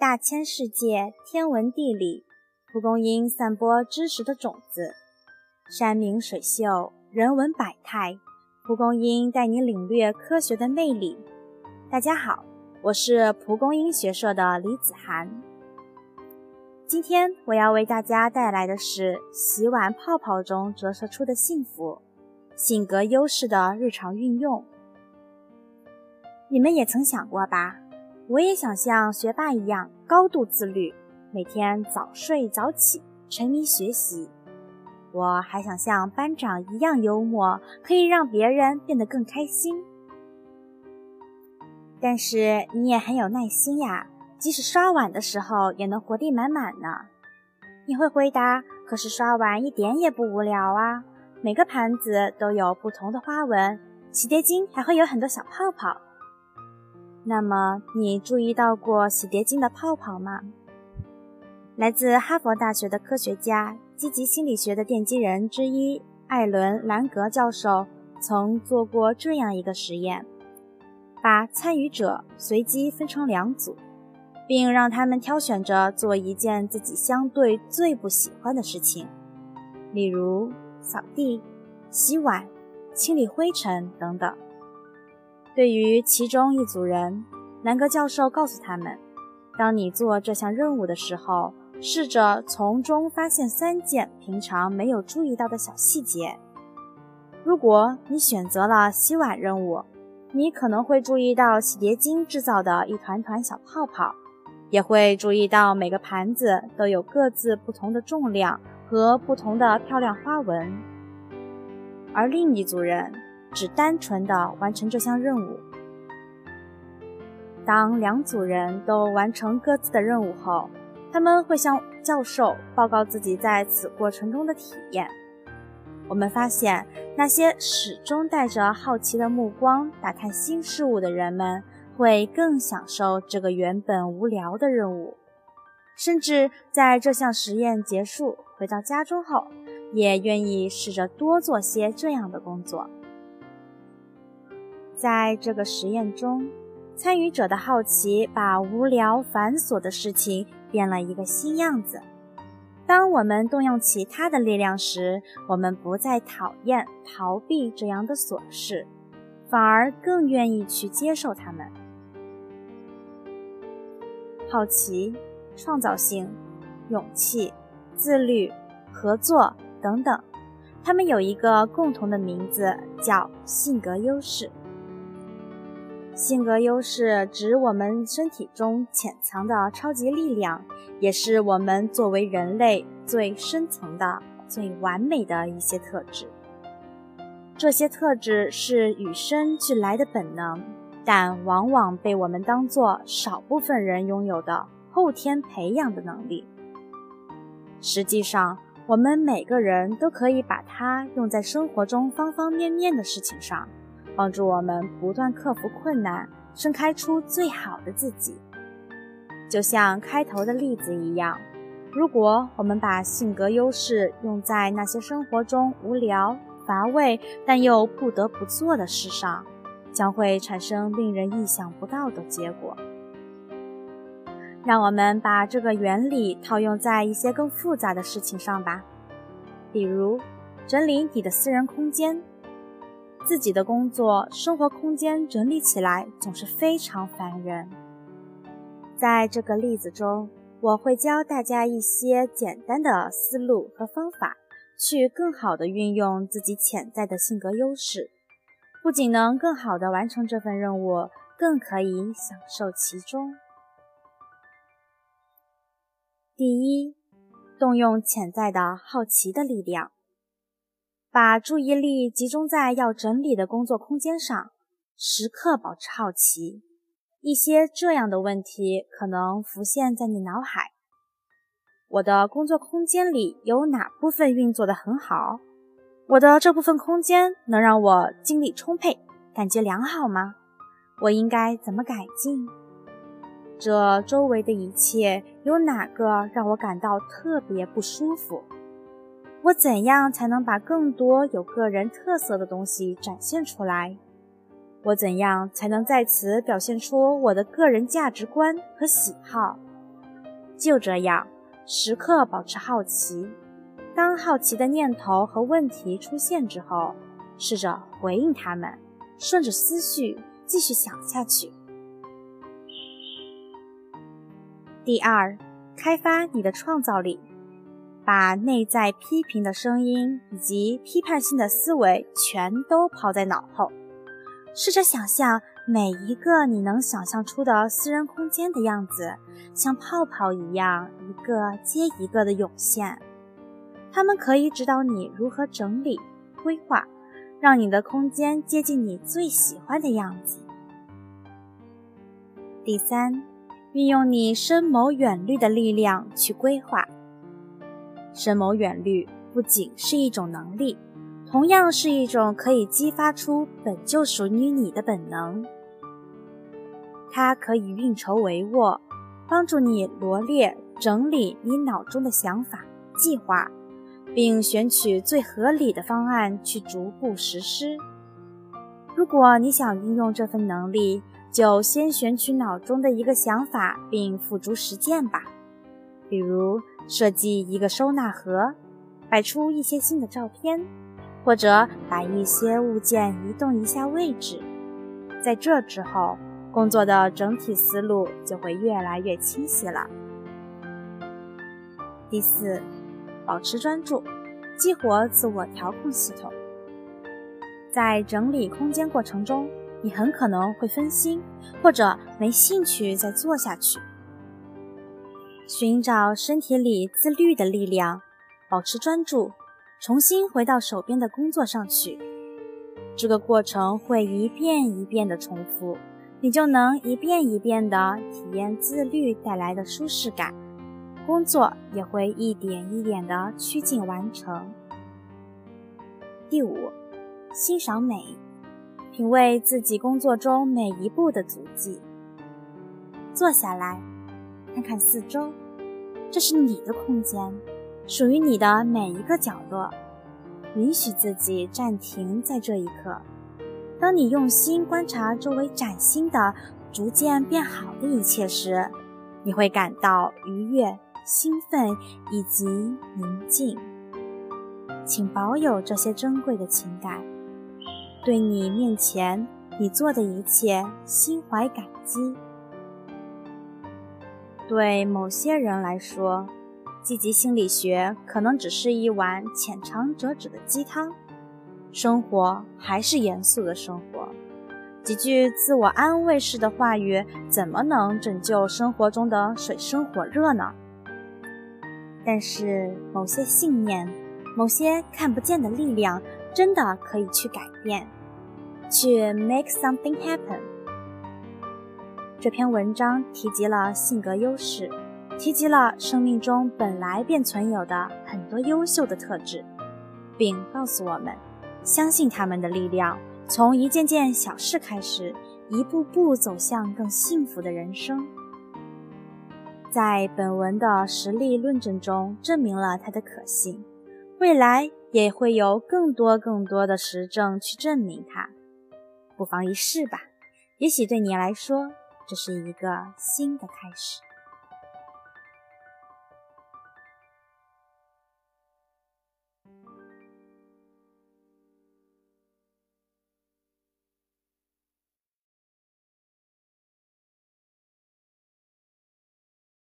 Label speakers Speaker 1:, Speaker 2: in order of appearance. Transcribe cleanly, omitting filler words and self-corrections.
Speaker 1: 大千世界，天文地理，蒲公英散播知识的种子。山明水秀，人文百态，蒲公英带你领略科学的魅力。大家好，我是蒲公英学社的李子涵。今天我要为大家带来的是洗碗泡泡中折射出的幸福，性格优势的日常运用。你们也曾想过吧？我也想像学霸一样高度自律，每天早睡早起，沉迷学习。我还想像班长一样幽默，可以让别人变得更开心。但是你也很有耐心呀，即使刷碗的时候也能活力满满呢。你会回答，可是刷碗一点也不无聊啊，每个盘子都有不同的花纹，洗洁精还会有很多小泡泡。那么你注意到过洗洁精的泡泡吗？来自哈佛大学的科学家，积极心理学的奠基人之一艾伦·兰格教授曾做过这样一个实验，把参与者随机分成2组，并让他们挑选着做一件自己相对最不喜欢的事情，例如扫地、洗碗、清理灰尘等等。对于其中一组人，兰格教授告诉他们，当你做这项任务的时候，试着从中发现3件平常没有注意到的小细节。如果你选择了洗碗任务，你可能会注意到洗洁精制造的一团团小泡泡，也会注意到每个盘子都有各自不同的重量和不同的漂亮花纹。而另一组人只单纯地完成这项任务。当2组人都完成各自的任务后，他们会向教授报告自己在此过程中的体验。我们发现，那些始终带着好奇的目光打探新事物的人们，会更享受这个原本无聊的任务，甚至在这项实验结束回到家中后，也愿意试着多做些这样的工作。在这个实验中，参与者的好奇把无聊繁琐的事情变了一个新样子。当我们动用起它的力量时，我们不再讨厌、逃避这样的琐事，反而更愿意去接受它们。好奇、创造性、勇气、自律、合作等等，它们有一个共同的名字，叫性格优势。性格优势指我们身体中潜藏的超级力量，也是我们作为人类最深层的、最完美的一些特质。这些特质是与生俱来的本能，但往往被我们当作少部分人拥有的后天培养的能力。实际上，我们每个人都可以把它用在生活中方方面面的事情上，帮助我们不断克服困难，盛开出最好的自己。就像开头的例子一样，如果我们把性格优势用在那些生活中无聊、乏味但又不得不做的事上，将会产生令人意想不到的结果。让我们把这个原理套用在一些更复杂的事情上吧，比如整理你的私人空间。自己的工作、生活空间整理起来总是非常烦人。在这个例子中，我会教大家一些简单的思路和方法，去更好地运用自己潜在的性格优势，不仅能更好地完成这份任务，更可以享受其中。第一，动用潜在的好奇的力量。把注意力集中在要整理的工作空间上，时刻保持好奇。一些这样的问题可能浮现在你脑海：我的工作空间里有哪部分运作得很好？我的这部分空间能让我精力充沛，感觉良好吗？我应该怎么改进？这周围的一切有哪个让我感到特别不舒服？我怎样才能把更多有个人特色的东西展现出来？我怎样才能在此表现出我的个人价值观和喜好， 就这样，时刻保持好奇。当好奇的念头和问题出现之后，试着回应它们，顺着思绪继续想下去。第二，开发你的创造力，把内在批评的声音以及批判性的思维全都抛在脑后，试着想象每一个你能想象出的私人空间的样子，像泡泡一样一个接一个的涌现。它们可以指导你如何整理、规划，让你的空间接近你最喜欢的样子。第三，运用你深谋远虑的力量去规划。深谋远虑不仅是一种能力，同样是一种可以激发出本就属于你的本能。它可以运筹帷幄，帮助你罗列、整理你脑中的想法、计划，并选取最合理的方案去逐步实施。如果你想运用这份能力，就先选取脑中的一个想法并付诸实践吧。比如设计一个收纳盒，摆出一些新的照片，或者把一些物件移动一下位置。在这之后，工作的整体思路就会越来越清晰了。第四，保持专注，激活自我调控系统。在整理空间过程中，你很可能会分心，或者没兴趣再做下去。寻找身体里自律的力量，保持专注，重新回到手边的工作上去。这个过程会一遍一遍的重复，你就能一遍一遍的体验自律带来的舒适感，工作也会一点一点的趋近完成。第五，欣赏美，品味自己工作中每一步的足迹。坐下来，看看四周，这是你的空间，属于你的每一个角落。允许自己暂停在这一刻。当你用心观察周围崭新的、逐渐变好的一切时，你会感到愉悦、兴奋以及宁静。请保有这些珍贵的情感，对你面前你做的一切心怀感激。对某些人来说，积极心理学可能只是一碗浅尝辄止的鸡汤，生活还是严肃的生活。几句自我安慰式的话语怎么能拯救生活中的水深火热呢？但是某些信念，某些看不见的力量真的可以去改变，去 make something happen。 这篇文章提及了性格优势，提及了生命中本来便存有的很多优秀的特质，并告诉我们相信他们的力量，从一件件小事开始，一步步走向更幸福的人生。在本文的实例论证中证明了它的可信，未来也会有更多的实证去证明它。不妨一试吧，也许对你来说，这是一个新的开始。